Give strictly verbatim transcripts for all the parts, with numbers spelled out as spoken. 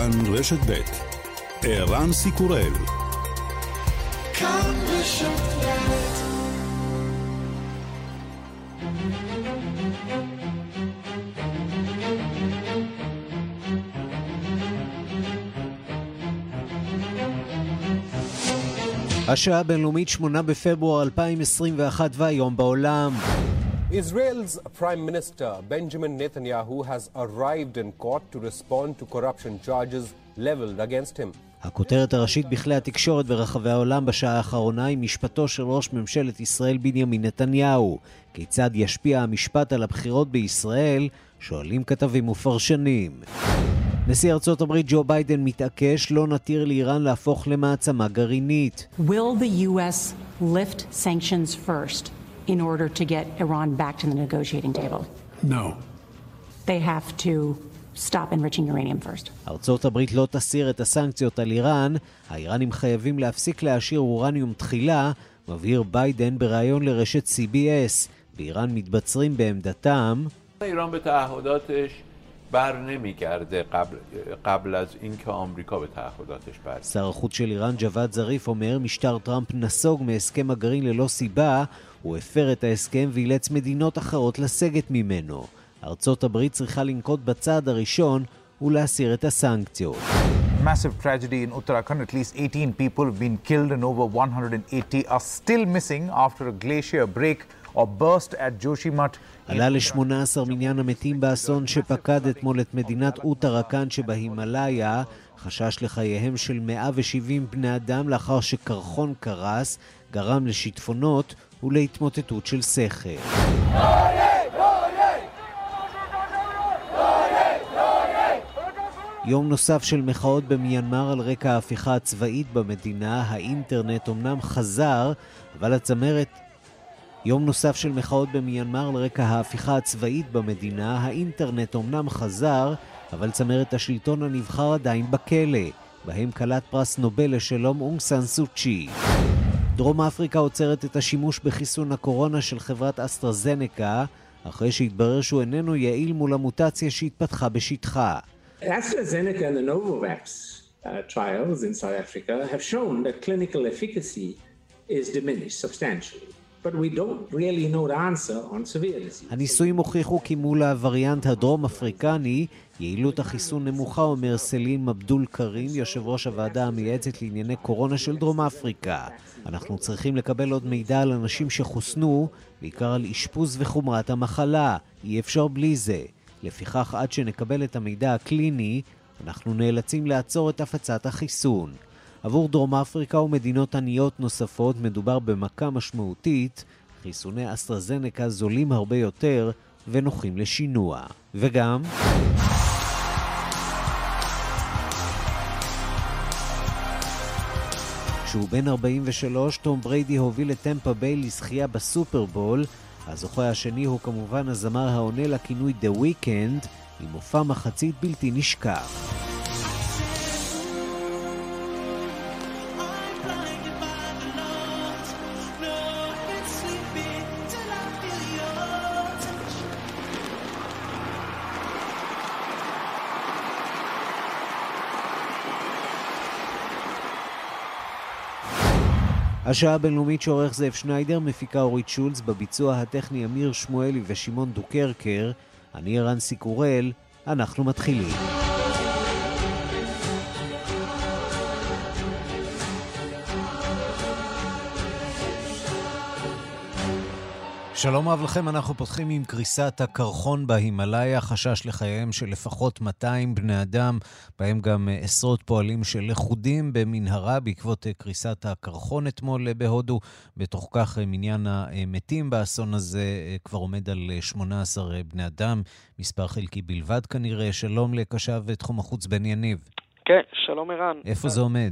כאן רשת ב' ערן סיקורל. כאן רשת ב'. השעה הבינלאומית שמונה בפברואר אלפיים עשרים ואחת והיום בעולם. Israel's Prime Minister Benjamin Netanyahu has arrived in court to respond to corruption charges leveled against him. הכותרת הראשית בכלי התקשורת ברחבי העולם בשעה האחרונה היא משפטו של ראש ממשלת ישראל בנימין נתניהו. כיצד ישפיע המשפט על הבחירות בישראל? שואלים כתבים ופרשנים. נשיא ארצות הברית ג'ו ביידן מתעקש לא נתיר לאיראן להפוך למעצמה גרעינית. Will the U S lift sanctions first in order to get Iran back to the negotiating table? No. They have to stop enriching uranium first. ארצות הברית לא תסיר את הסנקציות על איראן. האיראנים חייבים להפסיק להשאיר אורניום תחילה, מבהיר ביידן בריאיון לרשת סי בי אס. באיראן מתבצרים בעמדתם. ایران به تعهداتش بر نمیگرده قبل قبل از اینکه آمریکا به تعهداتش بر. שר החוץ של איראן ג'וואד זריף אומר משטר טראמפ נסוג מהסכם הגרעין ללא סיבה, הוא הפר את ההסכם ואילץ מדינות אחרות לסגת ממנו. ארצות הברית צריכה לנקוט בצעד הראשון ולהסיר את הסנקציות. Massive tragedy in Uttarakhand. At least eighteen people have been killed and over one hundred eighty are still missing after a glacier break or burst at Joshimath. עלה ל-שמונה עשר מניין המתים באסון שפקד אתמול את מדינת אוטרקנד שבהימאליה. חשש לחייהם של מאה ושבעים בני אדם לאחר שקרחון קרס, גרם לשיטפונות ולהתמוטטות של סכר. יום נוסף של מחאות במיינמר על רקע ההפיכה הצבאית במדינה. האינטרנט אומנם חזר, אבל הצמרת... יום נוסף של מחאות במיינמר על רקע ההפיכה הצבאית במדינה. האינטרנט אומנם חזר, אבל צמרת השלטון הנבחר עדיין בכלא. בהם כלת פרס נובל לשלום אונג סן סו צ'י. דרום אפריקה עוצרת את השימוש בחיסון הקורונה של חברת אסטרזנקה, אחרי שהתברר שהוא איננו יעיל מול המוטציה שהתפתחה בשטחה. AstraZeneca and the Novavax uh, trials in South Africa have shown that clinical efficacy is diminished substantially. But we don't really know the answer on severe disease. הניסויים הוכיחו כי מול הווריאנט הדרום אפריקני, יעילות החיסון נמוכה, אומר סלים אבדול קרים, יושב ראש הוועדה המייעצת לענייני קורונה של דרום אפריקה. אנחנו צריכים לקבל עוד מידע על אנשים שחוסנו, בעיקר על אשפוז וחומרת המחלה. אי אפשר בלי זה. לפיכך, עד שנקבל את המידע הקליני, אנחנו נאלצים לעצור את הפצת החיסון. עבור דרום אפריקה ומדינות עניות נוספות מדובר במכה משמעותית. חיסוני אסטרזנקה זולים הרבה יותר ונוחים לשינוע. וגם כשהוא בן ארבעים ושלוש, תום בריידי הוביל את טמפה ביי לזכייה בסופרבול. הזוכה השני הוא כמובן הזמר העונה לכינוי The Weeknd, עם מופע מחצית בלתי נשכח. השעה הבינלאומית שעורך זאב שניידר, מפיקה אורית שולץ, בביצוע הטכני אמיר שמואלי ושמעון דוקרקר. אני ערן סיקורל, אנחנו מתחילים. שלום רב לכם, אנחנו פותחים עם קריסת הקרחון בהימאליה, חשש לחייהם של לפחות מאתיים בני אדם, בהם גם עשרות פועלים של לכודים במנהרה בעקבות קריסת הקרחון אתמול בהודו. בתוך כך מניין המתים באסון הזה כבר עומד על שמונה עשר בני אדם, מספר חלקי בלבד כנראה. שלום לקשב תחום החוץ בן יניב. כן, שלום ערן. איפה זה עומד?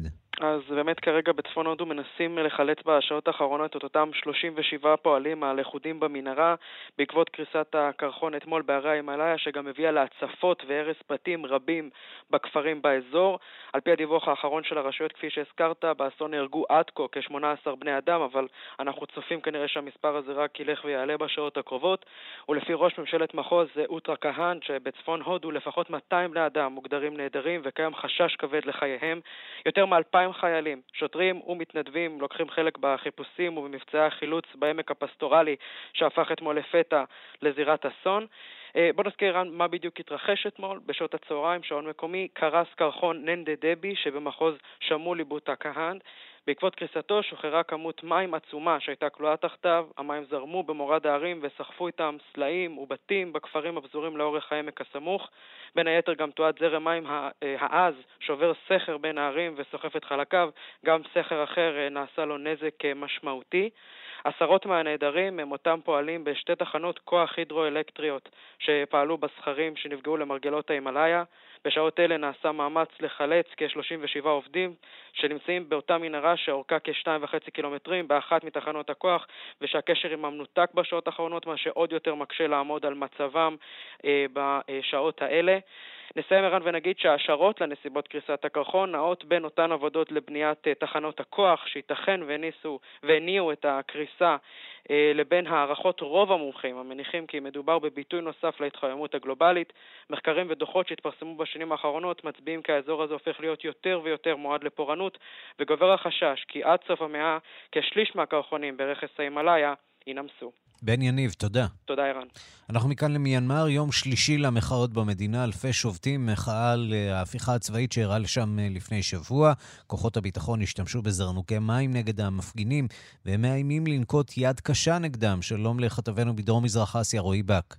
אז באמת כרגע בצפון הודו מנסים לחלץ בשעות האחרונות את אותם שלושים ושבעה פועלים הלכודים במנהרה בעקבות קריסת הקרחון אתמול בערי ההימאליה, שגם הביאה להצפות והרס בתים רבים בכפרים באזור. על פי הדיווח האחרון של הרשויות, כפי שהזכרת, באסון נהרגו עד כה כ-שמונה עשר בני אדם, אבל אנחנו צופים כנראה שהמספר הזה רק ילך ויעלה בשעות הקרובות. ולפי ראש ממשלת מחוז אוטרקהנד שבצפון הודו, לפחות מאתיים בני אדם מוגדרים נהדרים וקיים חשש כבד לחייהם. יותר מאלפיים חיילים, שוטרים ומתנדבים לוקחים חלק בחיפושים ובמבצעי החילוץ בעמק הפסטורלי שהפך אתמול לפתע לזירת אסון. בוא נזכיר מה בדיוק התרחש אתמול. בשעות הצהריים, שעון מקומי, קרס קרחון ננדה דבי שבמחוז שמולי באוטרקהנד. בעקבות קריסתו שוחררה כמות מים עצומה שהייתה כלואה תחתיו. המים זרמו במורד הערים וסחפו איתם סלעים ובתים בכפרים הפזורים לאורך העמק הסמוך. בין היתר גם תועד זרם מים העז שובר סכר בין הערים וסוחף את חלקיו. גם סכר אחר נעשה לו נזק משמעותי. עשרות מהנעדרים הם אותם פועלים בשתי תחנות כוח הידרואלקטריות שפעלו בסכרים שנפגעו למרגלות ההימאליה. בשעות אלה נעשה מאמץ לחלץ כ-שלושים ושבעה עובדים שנמצאים באותה מנהרה שאורכה כ-שתיים וחצי קילומטרים באחת מתחנות הכוח, ושהקשר עם המנותק בשעות האחרונות, מה שעוד יותר מקשה לעמוד על מצבם אה, בשעות האלה. נסיים ערן ונגיד שההשערות לנסיבות קריסת הקרחון נעות בין אותן עבודות לבניית תחנות הכוח שייתכן והניסו והניעו את הקריסה לבין הערכות רוב המומחים המניחים כי מדובר בביטוי נוסף להתחממות הגלובלית. מחקרים ודוחות שהתפרסמו בשנים האחרונות מצביעים כי האזור הזה הופך להיות יותר ויותר מועד לפורענות, וגובר החשש כי עד סוף המאה כשליש מהקרחונים ברכס ההימאליה ינמסו. בן יניב, תודה. תודה, אירן. אנחנו מכאן למיינמר, יום שלישי למחאות במדינה, אלפי שובתים, מחאה על ההפיכה הצבאית שאירעה לשם לפני שבוע. כוחות הביטחון השתמשו בזרנוקי מים נגד המפגינים, והם מאיימים לנקוט יד קשה נגדם. שלום לכתבנו בדרום מזרח אסיה, רועי בק.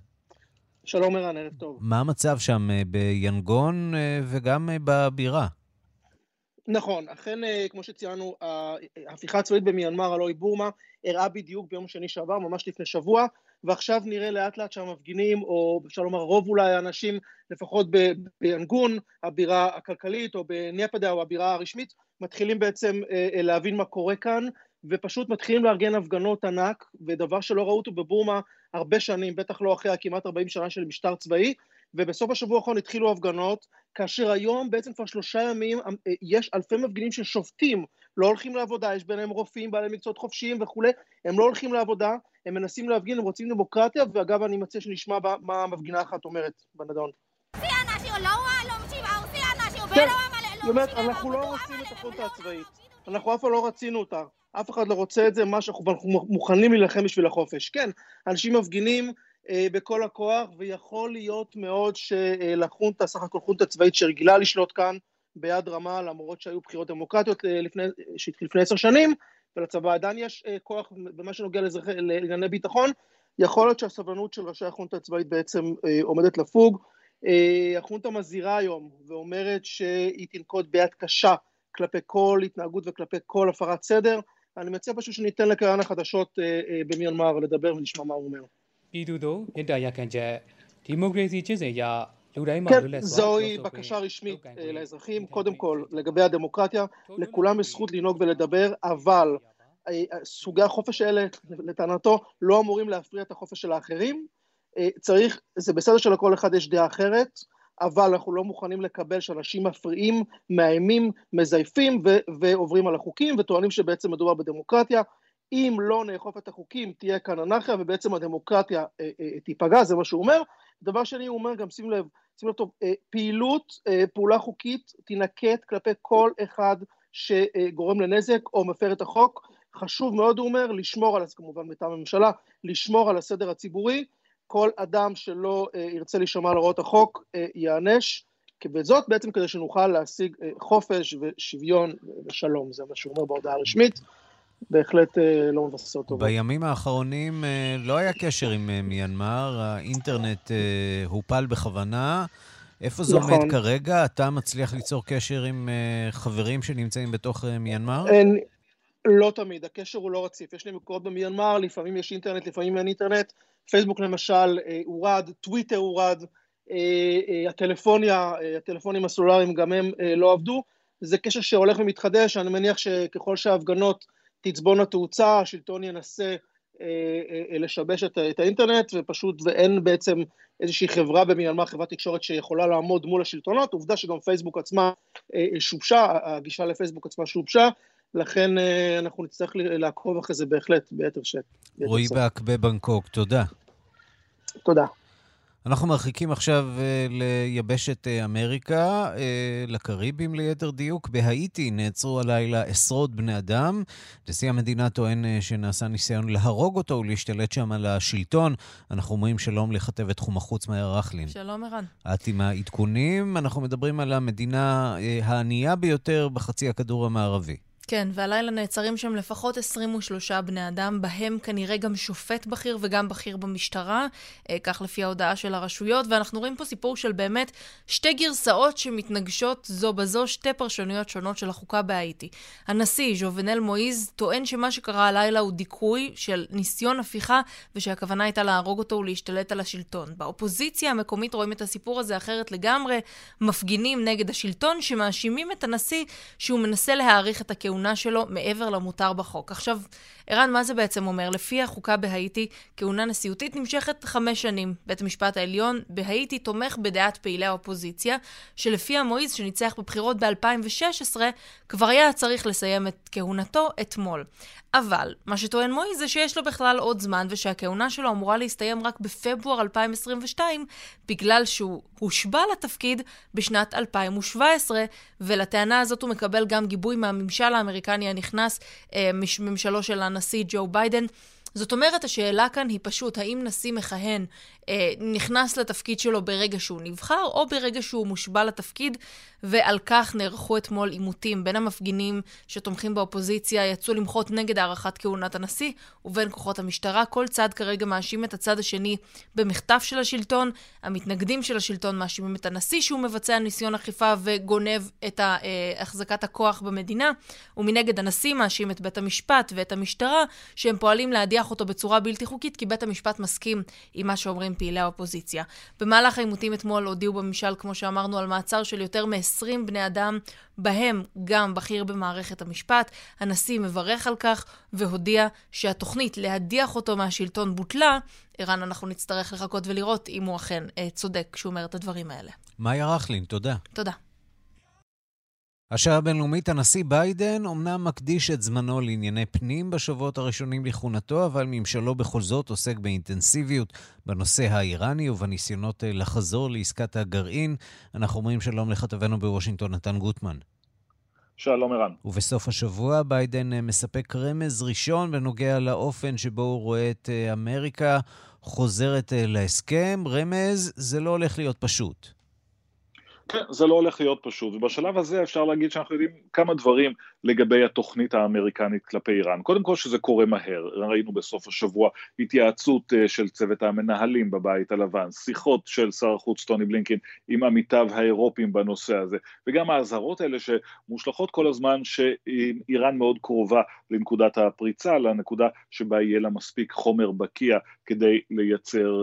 שלום אירן, ערב טוב. מה המצב שם ביאנגון וגם בבירה? נכון, אכן כמו שציינו, ההפיכה הצבאית במיינמר, הלוא היא בורמה, הראה בדיוק ביום שני שעבר, ממש לפני שבוע, ועכשיו נראה לאט לאט שהמפגינים, או אפשר לומר רוב אולי האנשים, לפחות ביאנגון, הבירה הכלכלית, או בנייפדה, או הבירה הרשמית, מתחילים בעצם להבין מה קורה כאן, ופשוט מתחילים לארגן הפגנות ענק, ודבר שלא ראו אותו בבורמה הרבה שנים, בטח לא אחרי כמעט ארבעים שנה של משטר צבאי, ובסוף השבוע האחרון התחילו הפגנות, כאשר היום בעצם כבר שלושה ימים יש אלפי מפגינים ששובתים, לא הולכים לעבודה, יש ביניהם רופאים, בעלי מקצועות חופשיים וכו', הם לא הולכים לעבודה, הם מנסים להפגין, הם רוצים דמוקרטיה, ואגב אני מציע שנשמע מה המפגינה אחת אומרת בנדון. כן, היא אומרת, אנחנו לא רוצים את החונטה הצבאית, אנחנו אף פעם לא רצינו אותה, אף אחד לא רוצה את זה, מה שאנחנו מוכנים להילחם בשביל החופש. כן, אנשים מפגינים בכל הכוח, ויכול להיות מאוד שלחונטה, סך הכל חונטה צבאית שרגילה לשלוט כאן ביד רמה, למרות שהיו בחירות דמוקרטיות לפני, שהתחיל לפני עשר שנים, ולצבא עדיין יש כוח במה שנוגע לענייני ביטחון, יכול להיות שהסבלנות של ראשי החונטה הצבאית בעצם עומדת לפוג. החונטה מזהירה היום ואומרת שהיא תנקוט ביד קשה כלפי כל התנהגות וכלפי כל הפרת סדר. אני מציע פשוט שניתן לקרן החדשות במיינמר לדבר ונשמע מה הוא אומר. כן, זוהי בקשה רשמית לאזרחים. קודם כל, לגבי הדמוקרטיה, לכולם יש זכות לנהוג ולדבר, אבל סוגי החופש האלה, לטענתו, לא אמורים להפריע את החופש של האחרים. צריך, זה בסדר שלכל אחד יש דעה אחרת, אבל אנחנו לא מוכנים לקבל שאנשים מפריעים, מאיימים, מזייפים ו- ועוברים על החוקים, וטוענים שבעצם מדובר בדמוקרטיה. אם לא נאכוף את החוקים, תהיה כאן אנרכיה, ובעצם הדמוקרטיה אה, אה, תיפגע, זה מה שהוא אומר. דבר שני, הוא אומר, גם שים לב, שים לב טוב, אה, פעילות, אה, פעולה חוקית, תינקט כלפי כל אחד שגורם לנזק או מפר את החוק. חשוב מאוד, הוא אומר, לשמור על, כמובן מטעם הממשלה, לשמור על הסדר הציבורי. כל אדם שלא אה, ירצה לשמור על הוראות החוק, אה, יענש, וזאת בעצם כדי שנוכל להשיג אה, חופש ושוויון ושלום. זה מה שהוא אומר בהודעה הרשמית. בהחלט לא מבסס אותו. בימים האחרונים לא היה קשר עם מיינמר, האינטרנט הופל בכוונה. איפה זה עומד כרגע? אתה מצליח ליצור קשר עם חברים שנמצאים בתוך מיינמר? לא תמיד, הקשר הוא לא רציף. יש לי מקורות במיינמר, לפעמים יש אינטרנט, לפעמים אין אינטרנט. פייסבוק למשל הורד, טוויטר הורד, הטלפוניה, הטלפונים הסלולריים גם הם לא עבדו. זה קשר שהולך ומתחדש, אני מניח שככל שההפגנות תצבון תאוצה, השלטון ינסה לשבש את, את האינטרנט, ופשוט ואין בעצם איזושהי חברה במיינמר, חברת תקשורת שיכולה לעמוד מול השלטונות, עובדה שגם פייסבוק עצמה שובשה, הגישה לפייסבוק עצמה שובשה, לכן אנחנו נצטרך לעקוב אחרי זה בהחלט ביתר שאת. רועי באק בבנקוק, תודה. תודה. אנחנו מרחיקים עכשיו ליבשת אמריקה, לקריבים ליתר דיוק. בהאיטי נעצרו הלילה עשרות בני אדם. נשיא המדינה טוען שנעשה ניסיון להרוג אותו ולהשתלט שם על השלטון. אנחנו אומרים שלום לכתבת תחום החוץ מאיה רכלין. שלום ערן. את עם העדכונים. אנחנו מדברים על המדינה הענייה ביותר בחצי הכדור המערבי. כן, והלילה נעצרים שם לפחות עשרים ושלושה בני אדם, בהם כנראה גם שופט בכיר וגם בכיר במשטרה, כך לפי ההודעה של הרשויות, ואנחנו רואים פה סיפור של באמת שתי גרסאות שמתנגשות זו בזו, שתי פרשנויות שונות של החוקה בהאיטי. הנשיא, ז'ובנל מואיז, טוען שמה שקרה הלילה הוא דיכוי של ניסיון הפיכה, ושהכוונה הייתה להרוג אותו ולהשתלט על השלטון. באופוזיציה המקומית רואים את הסיפור הזה אחרת לגמרי, מפגינים נגד השלטון שמאשימים את הנשיא שהוא מנסה להאריך את הכהונה שלו מעבר למותר בחוק. עכשיו, ערן, מה זה בעצם אומר? לפי החוקה בהאיטי, כהונה נשיאותית נמשכת חמש שנים. בית המשפט העליון בהאיטי תומך בדעת פעילי האופוזיציה, שלפי המואיז שניצח בבחירות ב-אלפיים ושש עשרה, כבר היה צריך לסיים את כהונתו אתמול. אבל, מה שטוען מואיז זה שיש לו בכלל עוד זמן, ושהכהונה שלו אמורה להסתיים רק בפברואר אלפיים עשרים ושתיים, בגלל שהוא הושבע לתפקיד בשנת אלפיים שבע עשרה, ולטענה הזאת הוא מקבל גם גיבוי מהממשל האמריקני הנכנס, ממשלו של הנשיא ג'ו ביידן. זאת אומרת, השאלה כאן היא פשוט, האם נשיא מכהן אה, נכנס לתפקיד שלו ברגע שהוא נבחר, או ברגע שהוא מושבע לתפקיד, ועל כך נערכו אתמול עימותים בין המפגינים שתומכים באופוזיציה, יצאו למחות נגד הערכת כהונת הנשיא, ובין כוחות המשטרה. כל צד כרגע מאשים את הצד השני במחטף של השלטון, המתנגדים של השלטון מאשימים את הנשיא שהוא מבצע ניסיון אכיפה וגונב את החזקת הכוח במדינה, ומנגד הנשיא מאשים את בית המשפט ואת המשטרה, שהם פועלים להדיח אותו בצורה בלתי חוקית, כי בית המשפט מסכים עם מה שאומרים פעילי האופוזיציה. במהלך העימותים אתמול הודיעו בממשל, כמו שאמרנו, על מעצר של יותר מ-עשרים בני אדם, בהם גם בכיר במערכת המשפט. הנשיא מברך על כך והודיע שהתוכנית להדיח אותו מהשלטון בוטלה. ערן, אנחנו נצטרך לחכות ולראות אם הוא אכן אה, צודק כשהוא אומר את הדברים האלה. מאיה רכלין, תודה. תודה. השעה הבינלאומית, הנשיא ביידן אומנם מקדיש את זמנו לענייני פנים בשבועות הראשונים לכהונתו, אבל ממשלו בכל זאת עוסק באינטנסיביות בנושא האיראני ובניסיונות לחזור לעסקת הגרעין. אנחנו אומרים שלום לכתבנו בוושינגטון, נתן גוטמן. שלום ערן. ובסוף השבוע ביידן מספק רמז ראשון בנוגע לאופן שבו הוא רואה את אמריקה חוזרת להסכם. רמז, זה לא הולך להיות פשוט. כן, זה לא הולך להיות פשוט, ובשלב הזה אפשר להגיד שאנחנו יודעים כמה דברים לגבי התוכנית האמריקנית כלפי איראן. קודם כל שזה קורה מהר, ראינו בסוף השבוע התייעצות של צוות המנהלים בבית הלבן, שיחות של שר החוץ טוני בלינקן עם עמיתיו האירופים בנושא הזה, וגם ההזהרות האלה שמושלכות כל הזמן שאיראן מאוד קרובה לנקודת הפריצה, לנקודה שבה יהיה לה מספיק חומר בקיע כדי לייצר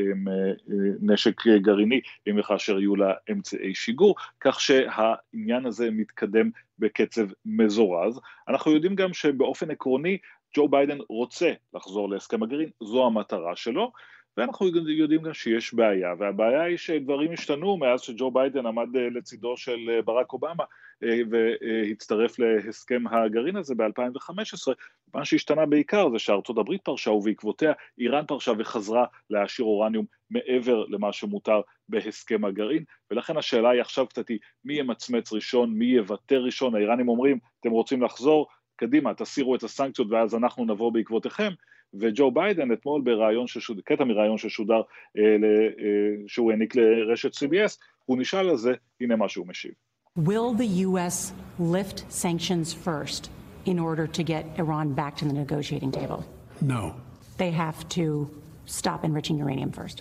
נשק גרעיני, אם וכאשר יהיו לה אמצעי שיגור, כך שהעניין הזה מתקדם בקצב מזורז. אנחנו יודעים גם שבאופן עקרוני ג'ו ביידן רוצה לחזור להסכם הגרעין, זו המטרה שלו, ואנחנו יודעים גם שיש בעיה, והבעיה היא שדברים השתנו מאז שג'ו ביידן עמד לצידו של ברק אובמה, והצטרף להסכם הגרעין הזה ב-אלפיים וחמש עשרה, מה שהשתנה בעיקר זה שארצות הברית פרשה, ובעקבותיה איראן פרשה וחזרה להשאיר אורניום מעבר למה שמותר בהסכם הגרעין, ולכן השאלה היא עכשיו קצת היא, מי ימצמץ ראשון, מי יוותר ראשון. האיראנים אומרים, אתם רוצים לחזור, קדימה, תסירו את הסנקציות ואז אנחנו נבוא בעקבותיכם, וג'ו ביידן אתמול ברעיון ששודר, קטע מרעיון ששודר, אה, אה, שהוא העניק לרשת סי בי אס, הוא נשאל על זה, הנה מה שהוא משיב. Will the U S lift sanctions first in order to get Iran back to the negotiating table? No. They have to stop enriching uranium first.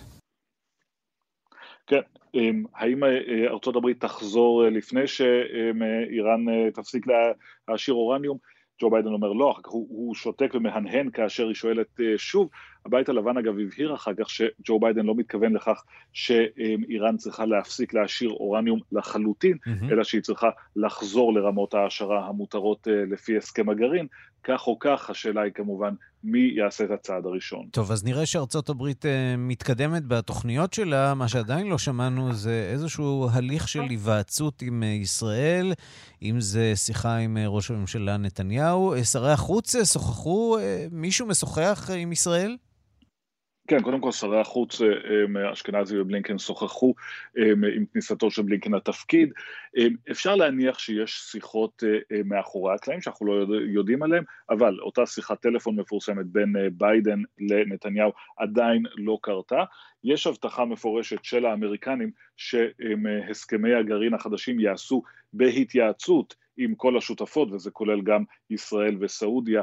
כן, האם ארצות הברית תחזור לפני שאיראן תפסיק להשאיר אורניום? ג'ו ביידן אומר לא, הוא, הוא שותק ומהנהן כאשר היא שואלת שוב, הבית הלבן אגב הבהיר אחר כך שג'ו ביידן לא מתכוון לכך שאיראן צריכה להפסיק להשאיר אורניום לחלוטין, mm-hmm. אלא שהיא צריכה לחזור לרמות ההשערה המותרות לפי הסכם הגרעין. כך או כך, השאלה היא כמובן מי יעשה את הצעד הראשון. טוב, אז נראה שארצות הברית מתקדמת בתוכניות שלה. מה שעדיין לא שמענו זה איזשהו הליך של היוועצות עם ישראל, אם זה שיחה עם ראש הממשלה נתניהו. שרי החוץ שוחחו, מישהו משוחח עם ישראל? כן, קודם כל שרי החוץ אשכנזי ובלינקן שוחחו עם כניסתו של בלינקן לתפקיד. אפשר להניח שיש שיחות מאחורי הקלעים שאנחנו לא יודעים עליהם, אבל אותה שיחת טלפון מפורסמת בין ביידן לנתניהו עדיין לא קרתה. יש הבטחה מפורשת של האמריקנים שהסכמי הגרעין החדשים יעשו בהתייעצות עם כל השותפות, וזה כולל גם ישראל וסעודיה,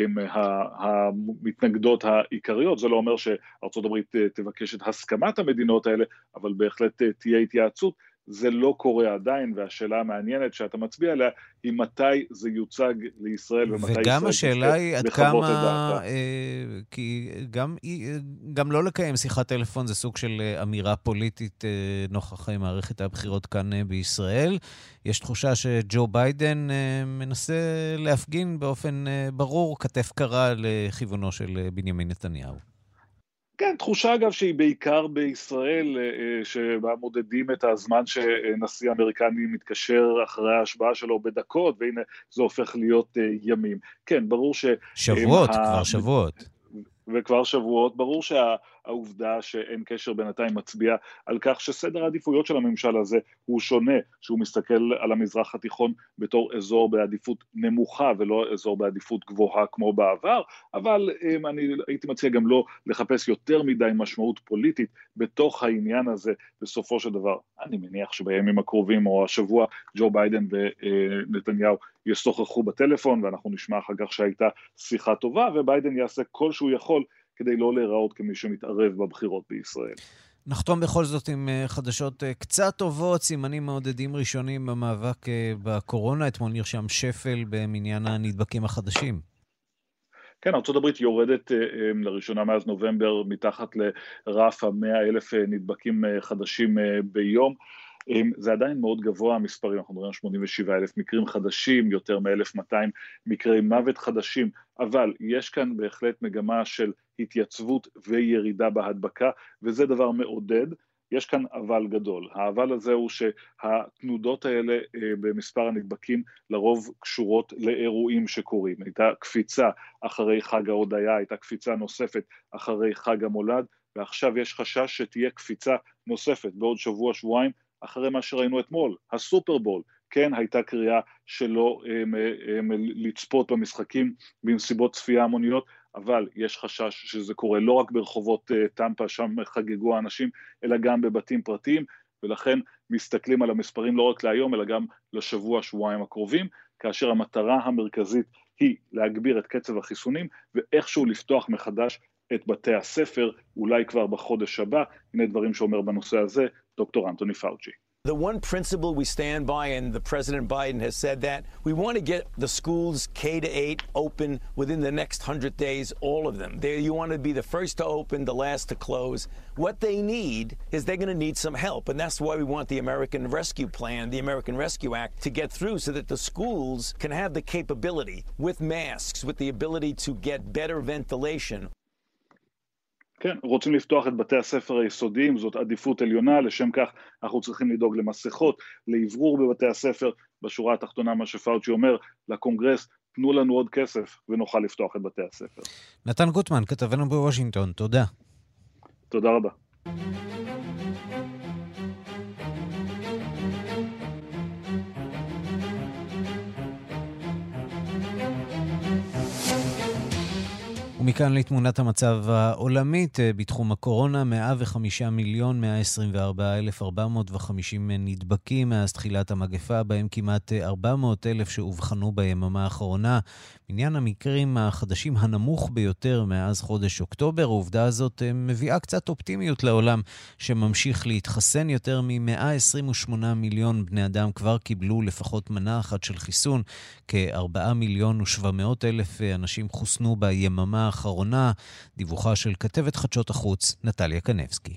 המתנגדות העיקריות. זה לא אומר שארצות הברית תבקש את הסכמת המדינות האלה, אבל בהחלט תהיה התייעצות. זה לא קורה עדיין, והשאלה המעניינת שאתה מצביע עליה, היא מתי זה יוצג לישראל, ומתי ישראל וגם השאלה היא עד כמה, אה, כי גם, גם לא לקיים שיחת טלפון, זה סוג של אמירה פוליטית אה, נוכח מערכת הבחירות כאן אה, בישראל. יש תחושה שג'ו ביידן אה, מנסה להפגין באופן אה, ברור, כתף קרה לכיוונו של אה, בנימין נתניהו. כן, תחושה אגב שהיא בעיקר בישראל, שבה מודדים את הזמן שנשיא אמריקני מתקשר אחרי ההשבעה שלו בדקות, והנה זה הופך להיות ימים. כן, ברור ש... שבועות, כבר שבועות. וכבר שבועות, ברור שהעובדה שאין קשר בינתיים מצביע על כך שסדר העדיפויות של הממשל הזה הוא שונה, שהוא מסתכל על המזרח התיכון בתור אזור בעדיפות נמוכה ולא אזור בעדיפות גבוהה כמו בעבר, אבל אני הייתי מציע גם לא לחפש יותר מדי משמעות פוליטית בתוך העניין הזה בסופו של דבר. אני מניח שבימים הקרובים או השבוע ג'ו ביידן ונתניהו ישוחחו בטלפון, ואנחנו נשמע אחר כך שהייתה שיחה טובה, וביידן יעשה כל שהוא יכול כדי לא להיראות כמי שמתערב בבחירות בישראל. נחתום בכל זאת עם חדשות קצת טובות, סימנים מעודדים ראשונים במאבק בקורונה. אתמול נרשם שפל במניין הנדבקים החדשים. כן, ארצות הברית יורדת לראשונה מאז נובמבר מתחת לרף ה-מאה אלף נדבקים חדשים ביום. זה עדיין מאוד גבוה המספרים, אנחנו מדברים על שמונים ושבעה אלף מקרים חדשים, יותר מ-אלף ומאתיים מקרי מוות חדשים, אבל יש כאן בהחלט מגמה של התייצבות וירידה בהדבקה, וזה דבר מעודד. יש כאן אבל גדול. האבל הזה הוא שהתנודות האלה במספר הנדבקים לרוב קשורות לאירועים שקורים. הייתה קפיצה אחרי חג ההודיה, הייתה קפיצה נוספת אחרי חג המולד, ועכשיו יש חשש שתהיה קפיצה נוספת בעוד שבוע, שבועיים, אחרי מה שראינו אתמול, הסופרבול. כן, הייתה קריאה שלא הם, הם, לצפות במשחקים במסיבות צפייה המוניות, אבל יש חשש שזה קורה לא רק ברחובות טמפה, שם חגגו האנשים, אלא גם בבתים פרטיים, ולכן מסתכלים על המספרים לא רק להיום, אלא גם לשבוע, שבועיים הקרובים, כאשר המטרה המרכזית היא להגביר את קצב החיסונים, ואיכשהו לפתוח מחדש את בתי הספר, אולי כבר בחודש הבא. הנה דברים שאומר בנושא הזה דוקטור אנטוני פאוצ'י. The one principle we stand by, and the President Biden has said that, we want to get the schools K to eight open within the next hundred days, all of them. They, you want to be the first to open, the last to close. What they need is they're going to need some help, and that's why we want the American Rescue Plan, the American Rescue Act, to get through so that the schools can have the capability with masks, with the ability to get better ventilation. כן, רוצים לפתוח את בתי הספר היסודיים, זאת עדיפות עליונה, לשם כך אנחנו צריכים לדאוג למסכות, לעברור בבתי הספר. בשורה התחתונה מה שפאוצ'י אומר לקונגרס, תנו לנו עוד כסף ונוכל לפתוח את בתי הספר. נתן גוטמן, כתבנו בוושינגטון, תודה. תודה רבה. ומכאן לתמונת המצב העולמית בתחום הקורונה, מאה וחמישה מיליון מאה עשרים וארבעה אלף ארבע מאות וחמישים נדבקים מאז תחילת המגפה, בהם כמעט ארבע מאות אלף שהובחנו ביממה האחרונה. מניין המקרים החדשים הנמוך ביותר מאז חודש אוקטובר. העובדה הזאת מביאה קצת אופטימיות לעולם שממשיך להתחסן. יותר מ-מאה עשרים ושמונה מיליון בני אדם כבר קיבלו לפחות מנה אחת של חיסון. כ-ארבעה מיליון ושבע מאות אלף אנשים חוסנו ביממה האחרונה. דיווחה של כתבת חדשות החוץ נטליה קנבסקי.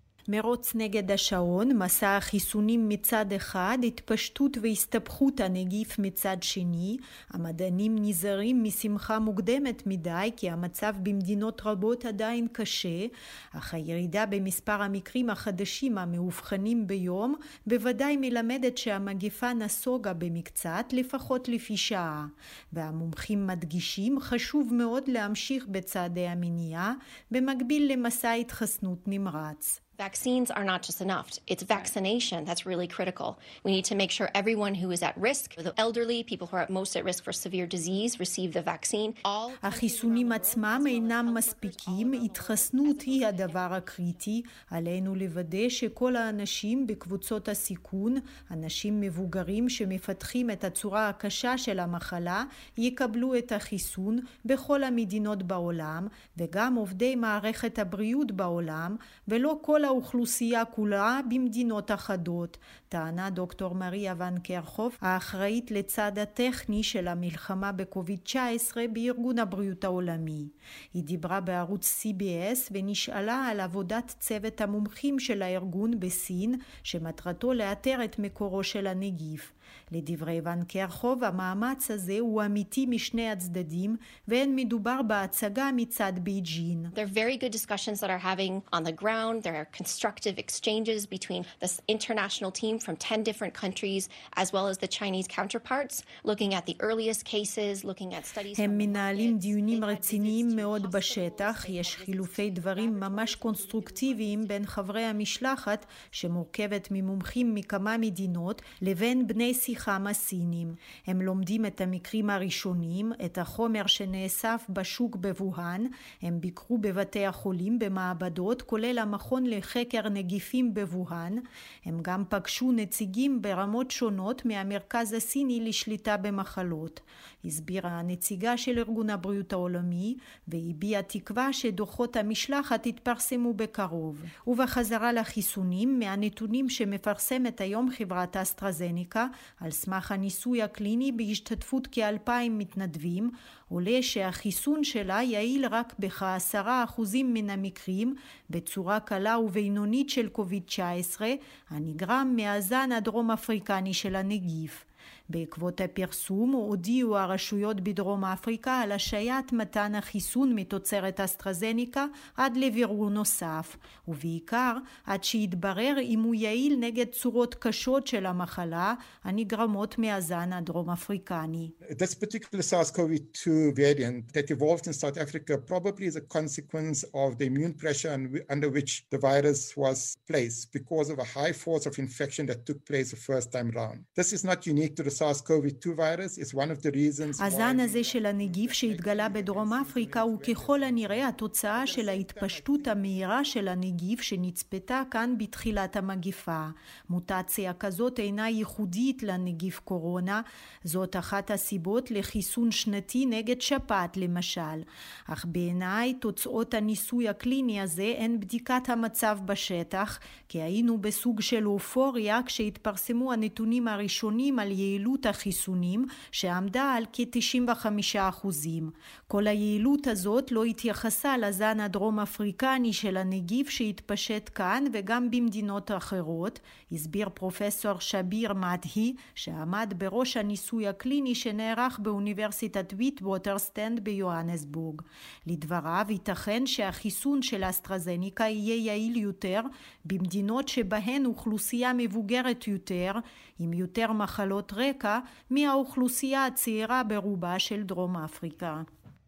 מרוץ נגד השעון, מסע החיסונים מצד אחד, התפשטות והסתבכות הנגיף מצד שני. המדענים נזהרים משמחה מוקדמת מדי, כי המצב במדינות רבות עדיין קשה, אך הירידה במספר המקרים החדשים המאובחנים ביום, בוודאי מלמדת שהמגפה נסוגה במקצת, לפחות לפי שעה. והמומחים מדגישים, חשוב מאוד להמשיך בצעדי המניעה, במקביל למסע התחסנות נמרץ. Vaccines are not just enough. It's vaccination that's really critical. We need to make sure everyone who is at risk, the elderly, people who are most at risk for severe disease, receive the vaccine. החיסונים עצמם אינם מספיקים, התחסנות היא הדבר הקריטי. עלינו לוודא שכל האנשים בקבוצות הסיכון, אנשים מבוגרים שמפתחים את הצורה הקשה של המחלה, יקבלו את החיסון בכל המדינות בעולם, וגם עובדי מערכת הבריאות בעולם, ולא כל האוכלוסייה כולה במדינות אחדות, טענה דוקטור מריה ון קרחוב, האחראית לצד הטכני של המלחמה בקוביד תשע עשרה בארגון הבריאות העולמי. היא דיברה בערוץ סי בי אס ונשאלה על עבודת צוות המומחים של הארגון בסין, שמטרתו לאתר את מקורו של הנגיף. לדברי ון קרחוב, המאמץ הזה הוא אמיתי משני הצדדים, ואין מדובר בהצגה מצד בייג'ין. There are very good discussions that are having on the ground. There are constructive exchanges between the international team from ten different countries, as well as the Chinese counterparts, looking at the earliest cases, looking at studies. הם מנהלים דיונים רציניים מאוד בשטח. יש חילופי דברים ממש קונסטרוקטיביים בין חברי המשלחת, שמורכבת ממומחים מכמה מדינות, לבין בני שיחה מסינים. הם לומדים את המקרים הראשונים, את החומר שנאסף בשוק בווהאן. הם ביקרו בבתי החולים, במעבדות, כולל המכון לחקר נגיפים בווהאן. הם גם פגשו נציגים ברמות שונות מהמרכז הסיני לשליטה במחלות. הסבירה הנציגה של ארגון הבריאות העולמי, והביעה תקווה שדוחות המשלחת יתפרסמו בקרוב. ובחזרה לחיסונים, מהנתונים שמפרסמת היום חברת אסטרזניקה, על סמך הניסוי הקליני בהשתתפות כאלפיים מתנדבים, עולה שהחיסון שלה יעיל רק בכעשרה אחוזים מן המקרים, בצורה קלה ובינונית של קוביד תשע עשרה, הנגרם מהזן הדרום אפריקני של הנגיף. בעקבות הפרסום הודיעו הרשויות בדרום אפריקה על השעיית מתן החיסון מתוצרת אסטרזניקה עד לבירור נוסף, ובעיקר עד שיתברר אם הוא יעיל נגד צורות קשות של המחלה הנגרמות מהזן הדרום אפריקני. This particular SARS-C o V two variant that evolved in South Africa probably is a consequence of the immune pressure under which the virus was placed because of a high force of infection that took place the first time around. This is not unique to the SARS-C o V two virus. It's one of the reasons why... הזן הזה של הנגיף שהתגלה בדרום אפריקה הוא ככל הנראה התוצאה של ההתפשטות המהירה של הנגיף שנצפתה כאן בתחילת המגיפה. מוטציה כזאת אינה ייחודית לנגיף קורונה, זאת אחת הסיבות לחיסון שנתי נגד שפעת למשל. אך בעיניי תוצאות הניסוי הקליני הזה הן בדיקת המצב בשטח, כי היינו בסוג של אופוריה כשהתפרסמו הנתונים הראשונים על יעילות החיסונים שעמדה על כ-תשעים וחמישה אחוזים. כל היעילות הזאת לא התייחסה לזן הדרום אפריקני של הנגיף שהתפשט כאן וגם במדינות אחרות, הסביר פרופסור שביר מדהי שעמד בראש הניסוי הקליני שנערך באוניברסיטת ויטווטרסטנד ביוהנסבורג. לדבריו ייתכן שהחיסון של אסטרזניקה יהיה יעיל יותר במדינות שבהן אוכלוסייה מבוגרת יותר עם יותר מחלות רקע מהאוכלוסייה הצעירה ברובה של דרום אפריקה.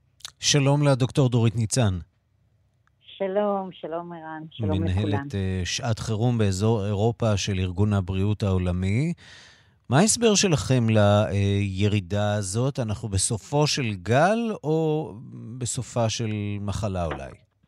שלום לדוקטור דורית ניצן. שלום, שלום ערן, שלום לכולם. מנהלת שעת חירום באזור אירופה של ארגון הבריאות העולמי. מה ההסבר שלכם לירידה הזאת? אנחנו בסופו של גל או בסופה של מחלה אולי?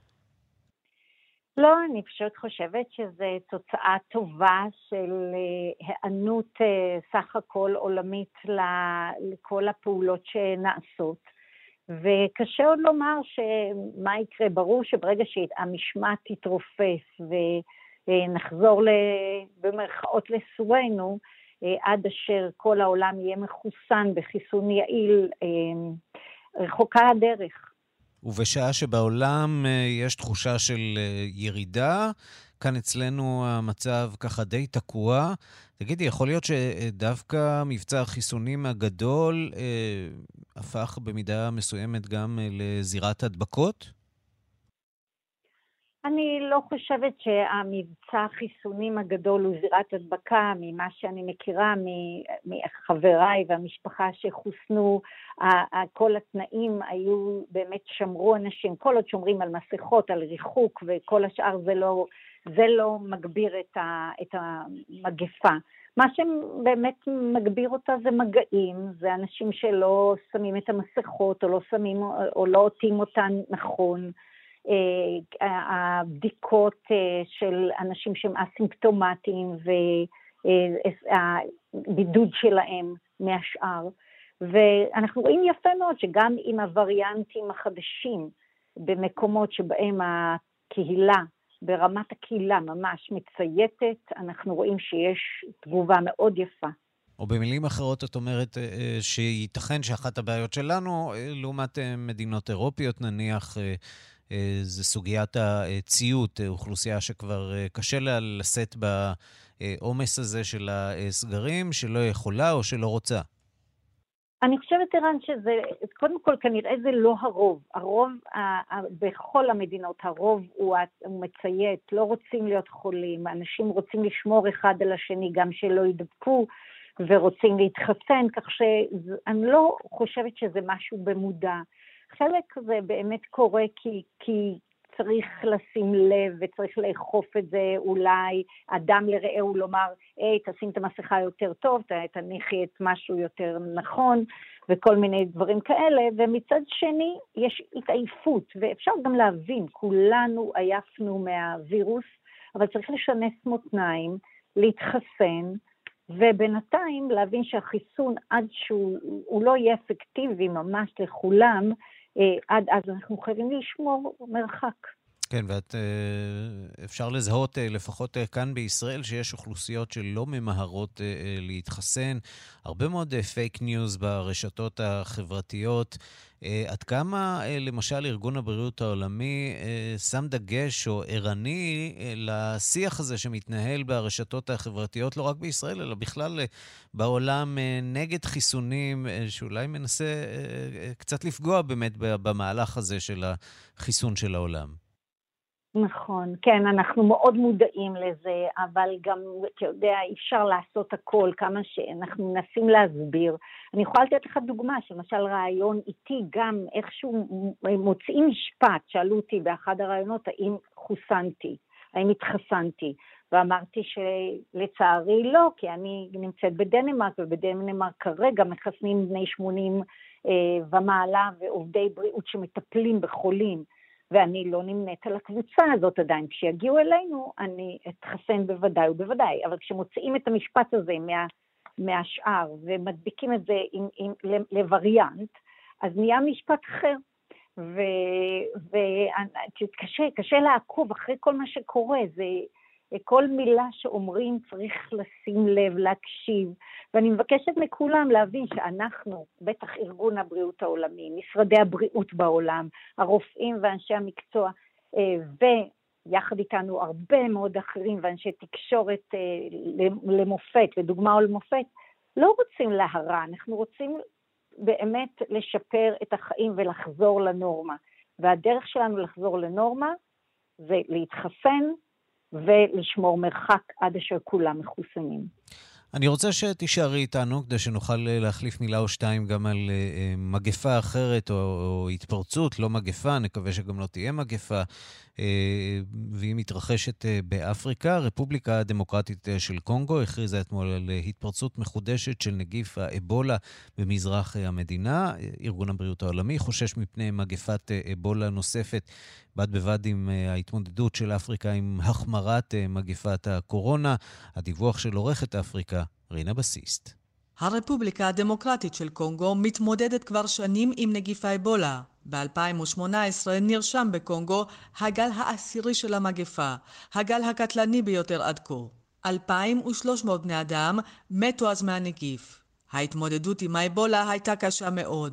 לא, אני פשוט חושבת שזו תוצאה טובה של הענות סך הכל עולמית לכל הפעולות שנעשות. וקשה עוד לומר שמה יקרה, ברור שברגע שהמשמעת תתרופס ונחזור במרכאות לסורנו, עד אשר כל העולם יהיה מחוסן בחיסון יעיל, רחוקה הדרך. ובשעה שבעולם יש תחושה של ירידה, כאן אצלנו המצב ככה די תקוע. תגידי, יכול להיות שדווקא מבצע החיסונים הגדול אה, הפך במידה מסוימת גם לזירת הדבקות? אני לא חושבת שהמבצע החיסונים הגדול הוא זירת הדבקה. ממה שאני מכירה מחבריי והמשפחה שחוסנו, כל התנאים היו באמת שמרו אנשים, כל עוד שומרים על מסכות, על ריחוק, וכל השאר זה לא, זה לא מגביר את, ה, את המגפה. מה שבאמת מגביר אותה זה מגעים, זה אנשים שלא שמים את המסכות או לא שמים או לא עוטים אותן נכון. הבדיקות של אנשים שהם אסימפטומטיים והבידוד שלהם מהשאר. ואנחנו רואים יפה מאוד שגם עם הווריאנטים החדשים במקומות שבהם הקהילה, ברמת הקהילה ממש מצייתת, אנחנו רואים שיש תגובה מאוד יפה. או במילים אחרות את אומרת שייתכן שאחת הבעיות שלנו, לעומת מדינות אירופיות נניח, זה סוגיית הציות, אוכלוסייה שכבר קשה לה לשאת בעומס הזה של הסגרים, שלא יכולה או שלא רוצה. אני חושבת, ערן, שזה, קודם כל כנראה זה לא הרוב. הרוב, בכל המדינות, הרוב הוא מציית, לא רוצים להיות חולים, אנשים רוצים לשמור אחד על השני, גם שלא ידבקו, ורוצים להתחסן, כך שאני לא חושבת שזה משהו במודע. חלק זה באמת קורה כי, כי צריך לשים לב וצריך לאכוף את זה, אולי אדם לרעהו לומר, היי, תשים את המסכה יותר טוב, תניחי את משהו יותר נכון, וכל מיני דברים כאלה, ומצד שני יש התעייפות, ואפשר גם להבין, כולנו עייפנו מהווירוס, אבל צריך לשנס מותניים, להתחסן, ובינתיים להבין שהחיסון עד שהוא לא יהיה אפקטיבי ממש לכולם, עד אז אנחנו חייבים לשמור מרחק. כן, ואת אפשר לזהות לפחות כאן בישראל שיש אוכלוסיות שלא ממהרות להתחסן, הרבה מאוד פייק ניוז ברשתות החברתיות. עד כמה למשל ארגון הבריאות העולמי שם דגש או ערני לשיח הזה שמתנהל ברשתות החברתיות, לא רק בישראל אלא בכלל בעולם, נגד חיסונים, שאולי מנסה קצת לפגוע באמת במהלך הזה של החיסון של העולם? נכון, כן, אנחנו מאוד מודעים לזה, אבל גם, אתה יודע, אפשר לעשות הכל, כמה שאנחנו מנסים להסביר. אני יכולה לתת לך דוגמה, שלמשל רעיון איתי גם איכשהו מוצאים משפט, שאלו אותי באחד הרעיונות, האם חוסנתי, האם התחסנתי, ואמרתי שלצערי לא, כי אני נמצאת בדנמרק, ובדנמרק כרגע מחסנים בני שמונים אה, ומעלה, ועובדי בריאות שמטפלים בחולים, ואני לא נמנית על הקבוצה הזאת עדיין. כשיגיעו אלינו, אני אתחסן בוודאי ובוודאי. אבל כשמוצאים את המשפט הזה מה, מהשאר, ומדביקים את זה עם, עם, לווריאנט, אז נהיה משפט אחר. וקשה, קשה לעקוב אחרי כל מה שקורה. זה, כל מילה שאומרים צריך לשים לב, להקשיב. ואני מבקשת מכולם להבין שאנחנו, בטח ארגון הבריאות העולמי, משרדי הבריאות בעולם, הרופאים ואנשי המקצוע, ויחד איתנו הרבה מאוד אחרים ואנשי תקשורת למופת, לדוגמה או למופת, לא רוצים להרע, אנחנו רוצים באמת לשפר את החיים ולחזור לנורמה. והדרך שלנו לחזור לנורמה זה להתחסן, ולשמור מרחק עד אשר כולם מחוסנים. אני רוצה שתישארי איתנו, כדי שנוכל להחליף מילה או שתיים גם על uh, מגפה אחרת או, או התפרצות, לא מגפה, נקווה שגם לא תהיה מגפה, uh, והיא מתרחשת uh, באפריקה. הרפובליקה הדמוקרטית uh, של קונגו הכריזה אתמול על uh, התפרצות מחודשת של נגיף האבולה במזרח uh, המדינה. ארגון הבריאות העולמי חושש מפני מגפת uh, אבולה נוספת, בד בבד עם uh, ההתמודדות של אפריקה עם החמרת uh, מגפת הקורונה. הדיווח של עורכת אפריקה, רינה בסיסט. הרפובליקה הדמוקרטית של קונגו מתמודדת כבר שנים עם נגיף האבולה. ב-אלפיים שמונה עשרה נרשם בקונגו הגל העשירי של המגפה, הגל הקטלני ביותר עד כה. אלפיים ושלוש מאות בני אדם מתו אז מהנגיף. ההתמודדות עם האבולה הייתה קשה מאוד.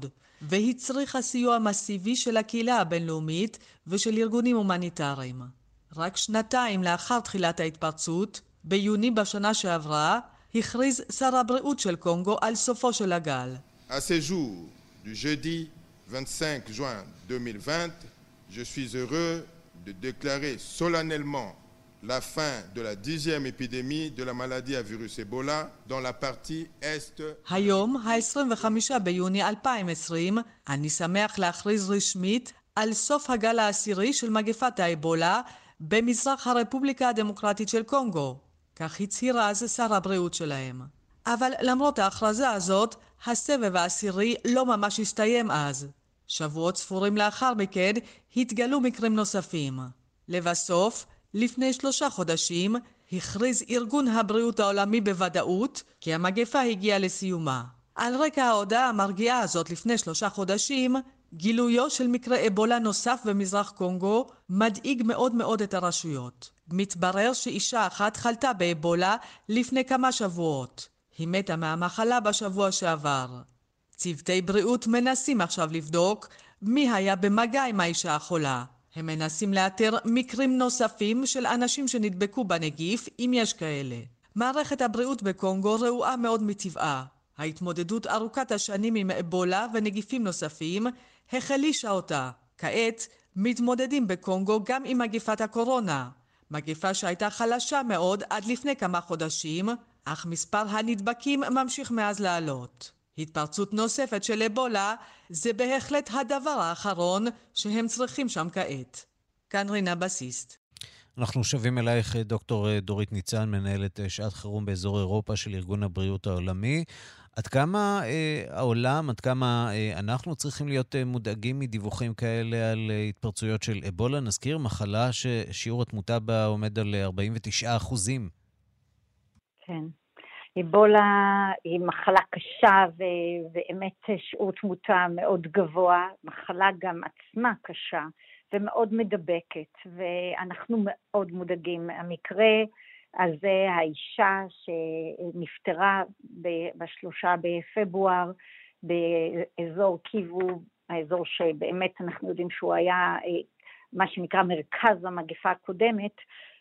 והצריכה סיוע מסיבי של הקהילה הבינלאומית ושל ארגונים הומניטריים. רק שנתיים לאחר תחילת ההתפרצות, ביוני בשנה שעברה, הכריז שר הבריאות של קונגו על סופו של הגל. À ce jour du jeudi vingt-cinq juin deux mille vingt, je suis heureux de déclarer solennellement la fin de la dixième épidémie de la maladie à virus Ebola dans la partie est. היום, ה-עשרים וחמישה ביוני אלפיים ועשרים, אני שמח להכריז רשמית על סוף הגל העשירי של מגפת האבולה במזרח הרפובליקה הדמוקרטית של קונגו. כך הצהיר אז שר הבריאות שלהם. אבל למרות ההכרזה הזאת, הסבב העשירי לא ממש הסתיים אז. שבועות ספורים לאחר מכן התגלו מקרים נוספים. לבסוף, לפני שלושה חודשים, הכריז ארגון הבריאות העולמי בוודאות כי המגפה הגיעה לסיומה. על רקע ההודעה המרגיעה הזאת לפני שלושה חודשים, גילויו של מקרה אבולה נוסף במזרח קונגו מדאיג מאוד מאוד את הרשויות. מתברר שאישה אחת חלתה באבולה לפני כמה שבועות. היא מתה מהמחלה בשבוע שעבר. צוותי בריאות מנסים עכשיו לבדוק מי היה במגע עם האישה החולה. הם מנסים לאתר מקרים נוספים של אנשים שנדבקו בנגיף, אם יש כאלה. מערכת הבריאות בקונגו רעועה מאוד מטבעה. ההתמודדות ארוכת השנים עם אבולה ונגיפים נוספים החלישה אותה. כעת מתמודדים בקונגו גם עם מגפת הקורונה. מגפה שהייתה חלשה מאוד עד לפני כמה חודשים, אך מספר הנדבקים ממשיך מאז לעלות. התפרצות נוספת של אבולה זה בהחלט הדבר האחרון שהם צריכים שם כעת. כאן רינה בסיסט. אנחנו שווים אלייך דוקטור דורית ניצן, מנהלת שעת חירום באזור אירופה של ארגון הבריאות העולמי. עד כמה אה, העולם, עד כמה אה, אנחנו צריכים להיות אה, מודאגים מדיווחים כאלה על אה, התפרצויות של אבולה? נזכיר, מחלה ששיעור התמותה בה עומד על ארבעים ותשעה אחוזים. כן. אבולה היא מחלה קשה ו- ואמת שיעור תמותה מאוד גבוה, מחלה גם עצמה קשה ומאוד מדבקת, ואנחנו מאוד מודאגים. המקרה הזה, האישה שנפטרה בשלושה בפברואר באזור קיבו, האזור שבאמת אנחנו יודעים שהוא היה מה שנקרא מרכז המגפה הקודמת,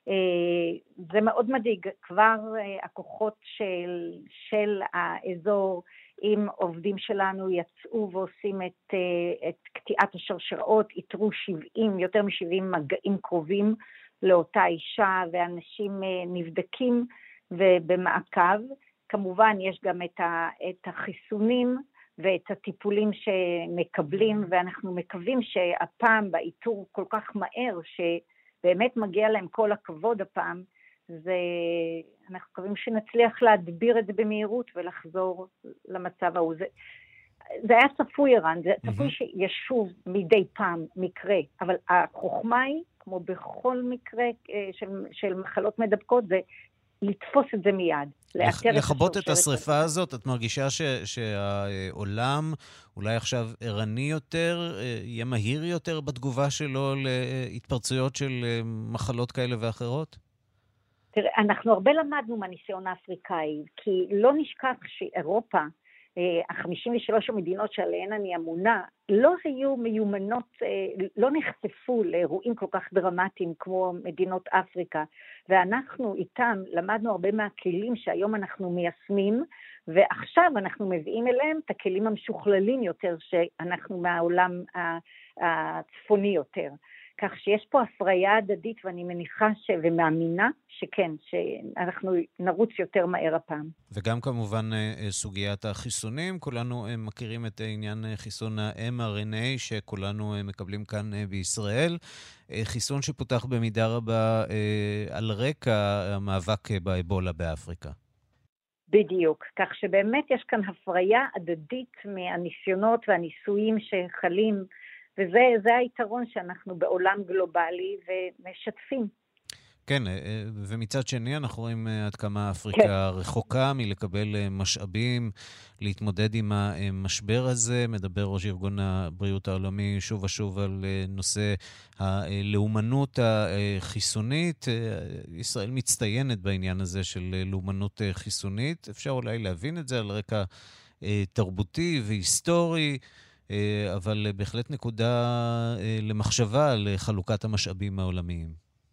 זה מאוד מדאיג. כבר הכוחות של, של האזור עם עובדים שלנו יצאו ועושים את, את קטיעת השרשראות, איתרו שבעים, יותר מ-שבעים מגעים קרובים לאותה אישה, ואנשים נבדקים ובמעקב. כמובן יש גם את, ה, את החיסונים ואת הטיפולים שמקבלים, ואנחנו מקווים שהפעם באיתור כל כך מהר ש... באמת מגיע להם כל הכבוד הפעם, זה, אנחנו מקווים שנצליח להדביר את זה במהירות ולחזור למצב ההוא. זה, זה היה צפוי אירן, זה צפוי שישוב מדי פעם מקרה, אבל החוכמה היא, כמו בכל מקרה של, של מחלות מדבקות, זה לתפוס את זה מיד. לח, לחבות את השריפה הזאת, את מרגישה ש, שהעולם אולי עכשיו ערני יותר, יהיה מהיר יותר בתגובה שלו להתפרצויות של מחלות כאלה ואחרות? תראה, אנחנו הרבה למדנו מהניסיון האפריקאי, כי לא נשכח שאירופה, ה-חמישים ושלוש המדינות שעליהן אני אמונה, לא היו מיומנות, לא נחשפו לאירועים כל כך דרמטיים כמו מדינות אפריקה, ואנחנו איתם למדנו הרבה מהכלים שהיום אנחנו מיישמים, ועכשיו אנחנו מביאים אליהם את הכלים המשוכללים יותר שאנחנו מהעולם הצפוני יותר. כך שיש פה הפריה הדדית, ואני מניחה ש... ומאמינה שכן, שאנחנו נרוץ יותר מהר הפעם. וגם כמובן סוגיית החיסונים, כולנו מכירים את העניין חיסון ה-אם אר אן איי שכולנו מקבלים כאן בישראל, חיסון שפותח במידה רבה על רקע המאבק באבולה באפריקה. בדיוק, כך שבאמת יש כאן הפריה הדדית מהניסיונות והניסויים שחלים, וזה זה היתרון שאנחנו בעולם גלובלי ומשתפים. כן, ומצד שני אנחנו רואים עד כמה אפריקה רחוקה מלקבל משאבים, להתמודד עם המשבר הזה. מדבר ראש ארגון הבריאות העולמי שוב ושוב על נושא הלאומנות החיסונית. ישראל מצטיינת בעניין הזה של לאומנות חיסונית. אפשר אולי להבין את זה על רקע תרבותי והיסטורי. אבל בהחלט נקודה למחשבה על חלוקת המשאבים העולמיים.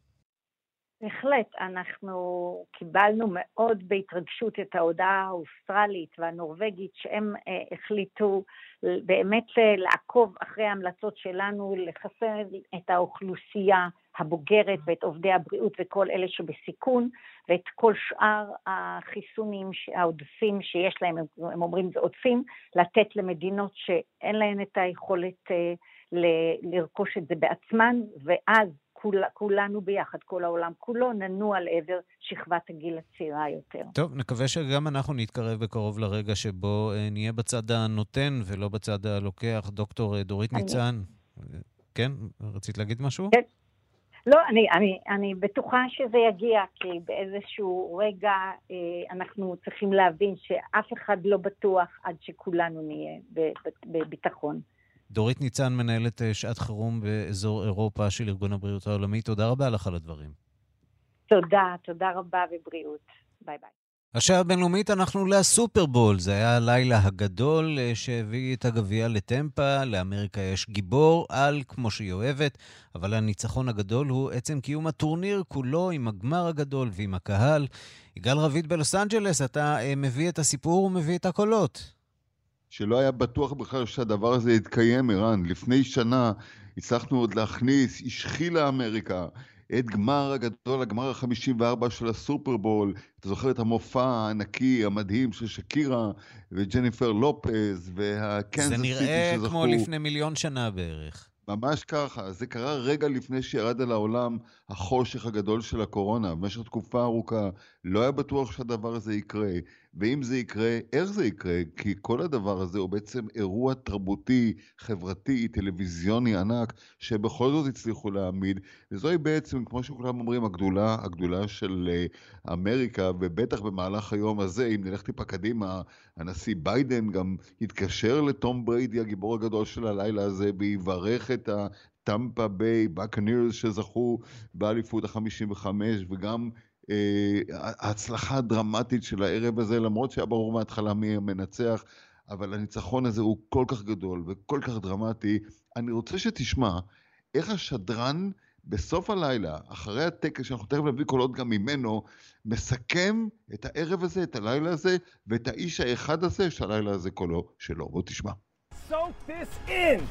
בהחלט, אנחנו קיבלנו מאוד בהתרגשות את ההודעה האוסטרלית והנורווגית שהם החליטו באמת לעקוב אחרי ההמלצות שלנו, לחסן את האוכלוסייה הבוגרת ואת עובדי הבריאות וכל אלה שבסיכון, ואת כל שאר החיסונים העודפים שיש להם, הם אומרים זה עודפים, לתת למדינות שאין להן את היכולת לרכוש את זה בעצמן, ואז כול, כולנו ביחד, כל העולם כולו, ננוע לעבר שכבת הגיל הצעירה יותר. טוב, נקווה שגם אנחנו נתקרב בקרוב לרגע שבו אה, נהיה בצד הנותן ולא בצד הלוקח. דוקטור דורית אני... ניצן, כן? רצית להגיד משהו? כן. לא, אני, אני, אני בטוחה שזה יגיע, כי באיזשהו רגע אה, אנחנו צריכים להבין שאף אחד לא בטוח עד שכולנו נהיה בביטחון. דורית ניצן, מנהלת שעת חירום באזור אירופה של ארגון הבריאות העולמי. תודה רבה לך על הדברים. תודה, תודה רבה ובריאות. ביי ביי. השעה הבינלאומית אנחנו לסופרבול. זה היה הלילה הגדול שהביא את הגביע לטמפה. לאמריקה יש גיבור על כמו שהיא אוהבת, אבל הניצחון הגדול הוא עצם קיום הטורניר כולו עם הגמר הגדול ועם הקהל. יגאל רביד בלוס אנג'לס, אתה מביא את הסיפור ומביא את הקולות. שלא היה בטוח בכלל שהדבר הזה יתקיים, איראן. לפני שנה הצלחנו עוד להכניס, השחילה אמריקה, את גמר הגדול, הגמר ה-חמישים וארבע של הסופרבול. אתה זוכר את המופע הענקי, המדהים של שקירה וג'ניפר לופז והקנזס סיטי שזכו. זה נראה כמו לפני מיליון שנה בערך. ממש ככה. זה קרה רגע לפני שירד על העולם החושך הגדול של הקורונה. במשך תקופה ארוכה לא היה בטוח שהדבר הזה יקרה. ואם זה יקרה, איך זה יקרה? כי כל הדבר הזה הוא בעצם אירוע תרבותי, חברתי, טלוויזיוני ענק, שבכל זאת הצליחו להעמיד. וזוהי בעצם, כמו שכולם אומרים, הגדולה, הגדולה של אמריקה, ובטח במהלך היום הזה, אם נלך טיפה קדימה, הנשיא ביידן גם התקשר לתום בריידי, הגיבור הגדול של הלילה הזה, ויברך את הטמפה ביי בקנירס שזכו באליפות ה-חמישים וחמש, וגם ההצלחה הדרמטית של הערב הזה, למרות שהיה ברור מההתחלה מי המנצח, אבל הניצחון הזה הוא כל כך גדול וכל כך דרמטי. אני רוצה שתשמע איך השדרן בסוף הלילה, אחרי הטקס שאנחנו תכף נביא קולות גם ממנו, מסכם את הערב הזה, את הלילה הזה, ואת האיש האחד הזה שהלילה הזה קולו שלו. בוא תשמע. Soak this in.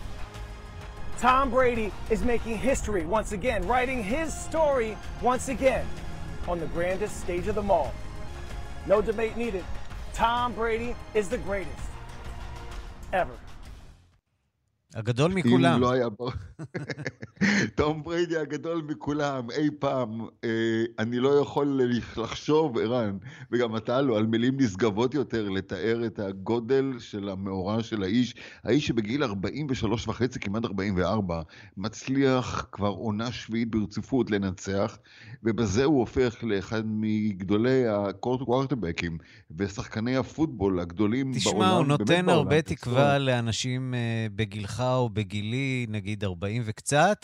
Tom Brady is making history once again, writing his story once again. On the grandest stage of them all. No debate needed. Tom Brady is the greatest ever. הגדול מכולם. לא היה בו. תום בריידי הגדול מכולם, אי פעם. אה, אני לא יכול לחשוב, איראן, וגם אתה לא, על מילים נשגבות יותר, לתאר את הגודל של המאורע של האיש. האיש שבגיל ארבעים ושלוש וחצי, כמעט ארבעים וארבע, מצליח כבר עונה שביעית ברציפות לנצח, ובזה הוא הופך לאחד מגדולי הקוורטרבקים, ושחקני הפוטבול הגדולים תשמע, בעולם. תשמע, הוא נותן הרבה תקווה תצטור. לאנשים בגילך או בגילי, נגיד ארבעים וקצת.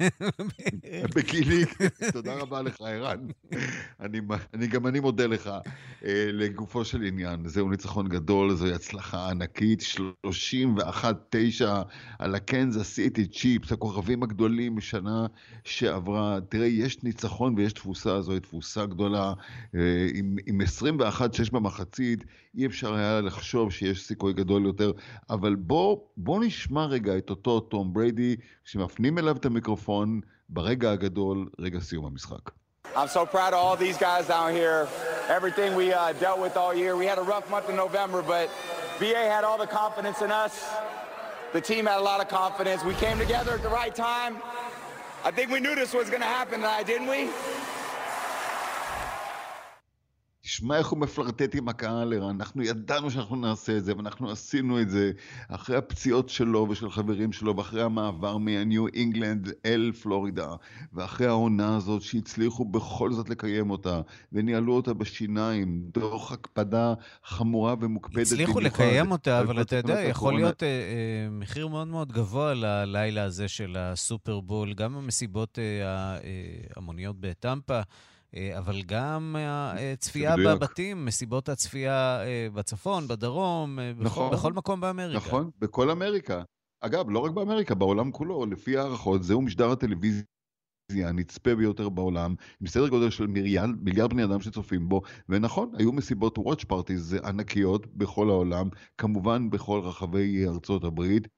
בגילי, תודה רבה לך, איראן. אני, אני גם אני מודה לך אה, לגופו של עניין. זהו ניצחון גדול, זו הצלחה ענקית, שלושים ואחת תשע על הקנזס סיטי צ'יפס, הכוכבים הגדולים בשנה שעברה. תראה, יש ניצחון ויש תפוסה, זוהי תפוסה גדולה. אה, עם, עם עשרים ואחת שש במחצית, אי אפשר היה לחשוב שיש סיכוי גדול יותר, אבל בוא, בוא נשמע רגע את אותו תום בריידי, שמפנים אליו את המיקרופון ברגע הגדול, רגע סיום המשחק. I'm so proud of all these guys down here. Everything we uh, dealt with all year. We had a rough month in November, but B A had all the confidence in us. The team had a lot of confidence. We came together at the right time. I think we knew this was going to happen tonight, didn't we? תשמע איך הוא מפלרטט עם הקהל, אנחנו ידענו שאנחנו נעשה את זה, ואנחנו עשינו את זה אחרי הפציעות שלו ושל חברים שלו, ואחרי המעבר מהניו אינגלנד אל פלורידה, ואחרי העונה הזאת שהצליחו בכל זאת לקיים אותה, וניהלו אותה בשיניים, דוח הקפדה חמורה ומוקפדת. הצליחו לקיים אותה, אבל אתה יודע, יכול להיות אה, אה, מחיר מאוד מאוד גבוה ללילה הזה של הסופרבול, גם המסיבות אה, המוניות בטמפה, אבל גם הצפייה בבתים, מסיבות הצפייה בצפון, בדרום, נכון, בכל, בכל מקום באמריקה. נכון, בכל אמריקה. אגב, לא רק באמריקה, בעולם כולו, לפי הערכות, זהו משדר הטלוויזיה הנצפה ביותר בעולם, עם סדר גודל של מיליארד, מיליארד בני אדם שצופים בו, ונכון, היו מסיבות וואץ' פארטיז ענקיות בכל העולם, כמובן בכל רחבי ארצות הברית.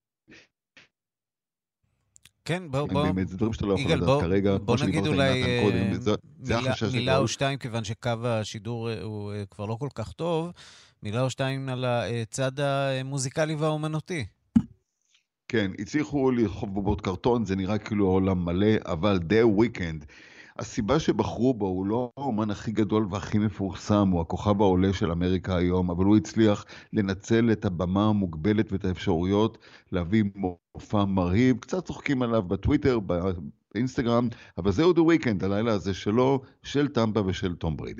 כן, בוא, בוא, באמת, זה דברים שאתה לא יכול יגאל, לדעת בוא, כרגע, בוא נגיד אולי קודם, וזה, מילה, זה מילה או שתיים, כיוון שקו השידור הוא כבר לא כל כך טוב, מילה או שתיים על הצד המוזיקלי והאומנותי. כן, הצליחו לדחוף בובות קרטון, זה נראה כאילו העולם מלא, אבל The Weeknd, הסיבה שבחרו בו הוא לא האומן הכי גדול והכי מפורסם, הוא הכוכב העולה של אמריקה היום, אבל הוא הצליח לנצל את הבמה המוגבלת ואת האפשרויות, להביא מופע מרהיב, קצת צוחקים עליו בטוויטר, באינסטגרם, אבל זהו The Weeknd, הלילה הזה שלו, של טמפה ושל תום בריידי.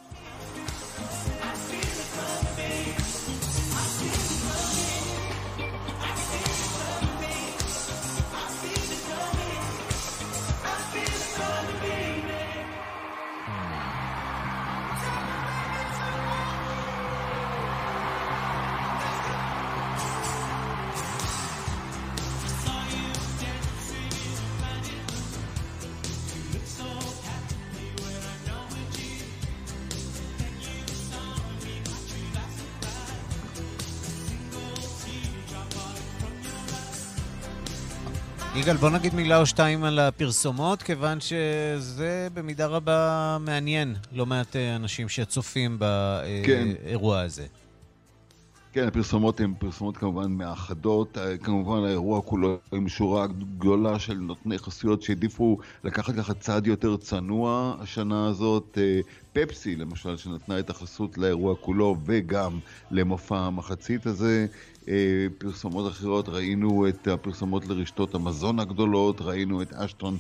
יגאל, בוא נגיד מילה או שתיים על הפרסומות, כיוון שזה במידה רבה מעניין לא מעט אנשים שצופים באירוע כן. הזה. כן, הפרסומות הן פרסומות כמובן מאחדות, כמובן האירוע כולו עם שורה גדולה של נותני חסויות שהעדיפו לקחת ככה צעד יותר צנוע השנה הזאת, פפסי למשל שנתנה את החסות לאירוע כולו וגם למופע המחצית הזה, פרסומות אחרות, ראינו את הפרסומות לרשתות המזון הגדולות, ראינו את אשטון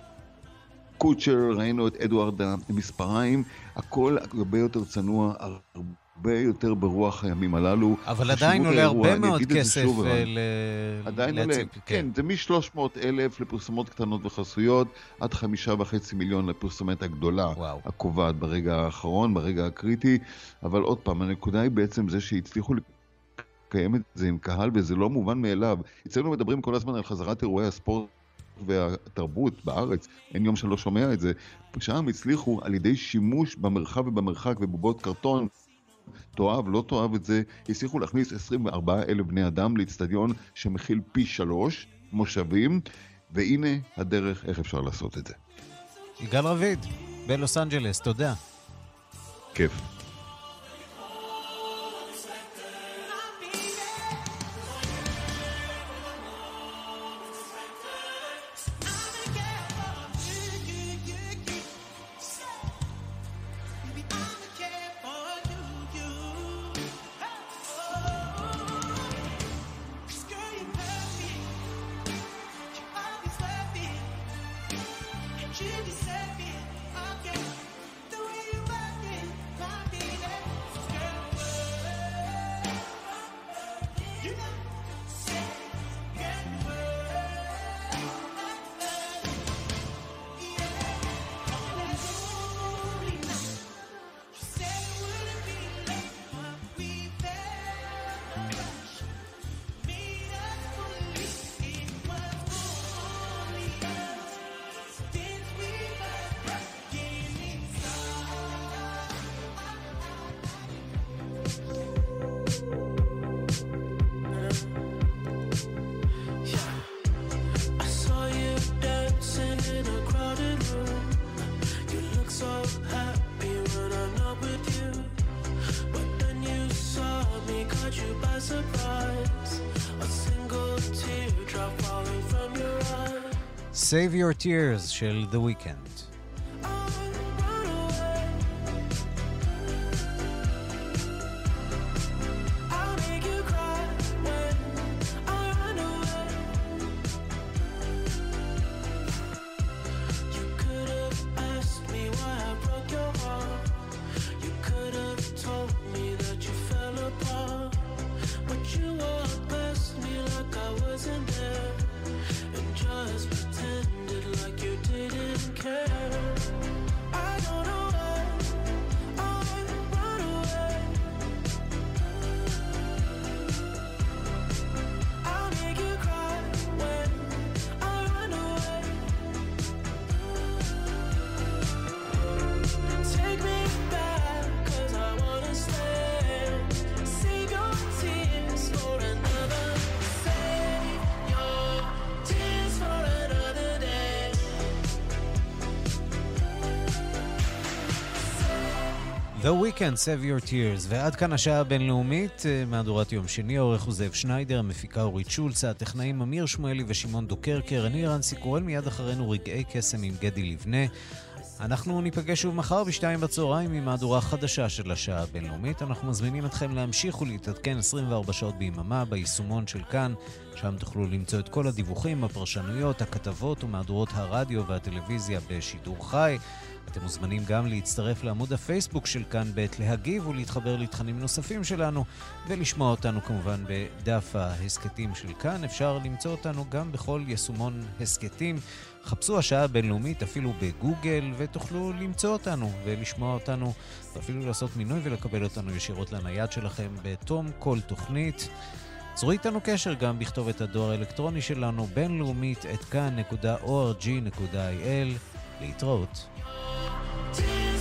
קוצ'ר, ראינו את אדוארד המספריים, הכל הרבה יותר צנוע, הרבה יותר ברוח הימים הללו. אבל עדיין עולה הרבה מאוד כסף ל... עדיין עולה, כן, זה מ-שלוש מאות אלף לפרסומות קטנות וחסויות, עד חמישה וחצי מיליון לפרסומת הגדולה, הקובעת ברגע האחרון, ברגע הקריטי, אבל עוד פעם, הנקודה היא בעצם זה שהצליחו לקיים את זה עם קהל, וזה לא מובן מאליו. אצלנו מדברים כל הזמן על חזרת אירועי הספורט והתרבות בארץ, אין יום שלא שומע את זה, שם הצליחו על ידי שימוש במרחב ובמרחק ובובות קרטון, תואב, לא תואב את זה, הצליחו להכניס עשרים וארבעה אלף בני אדם לאצטדיון שמכיל פי שלוש מושבים, והנה הדרך איך אפשר לעשות את זה. יגאל רביד, בלוס אנג'לס, תודה. כיף. Save Your Tears של The Weeknd. Pretended like you didn't care. The Weekend, Save Your Tears. ועד כאן השעה הבינלאומית, מהדורת יום שני, העורך הוא זאב שניידר, המפיקה אורית שולץ, הטכנאים אמיר שמואלי ושמעון דוקרקר, אני רנסי קורל, מיד אחרינו רגעי קסם עם גדי לבנה. אנחנו ניפגש שוב מחר בשתיים בצהריים עם מהדורה חדשה של השעה הבינלאומית. אנחנו מזמינים אתכם להמשיך ולהתעדכן עשרים וארבע שעות ביממה ביישומון של כאן, שם תוכלו למצוא את כל הדיווחים, הפרשנויות, הכתבות ומהדורות הרדיו והטלוויזיה בשידור חי. אתם מוזמנים גם להצטרף לעמוד הפייסבוק של כאן בית, להגיב ולהתחבר לתכנים נוספים שלנו ולשמוע אותנו כמובן בדף ההסקטים של כאן. אפשר למצוא אותנו גם בכל יישומון הסקטים. חפשו השעה הבינלאומית אפילו בגוגל ותוכלו למצוא אותנו ולשמוע אותנו ואפילו לעשות מינוי ולקבל אותנו ישירות לנייד שלכם בתום כל תוכנית. צרו איתנו קשר גם בכתוב את הדואר האלקטרוני שלנו בינלאומית את כאן נקודה או אר ג'י נקודה איי אל. להתראות.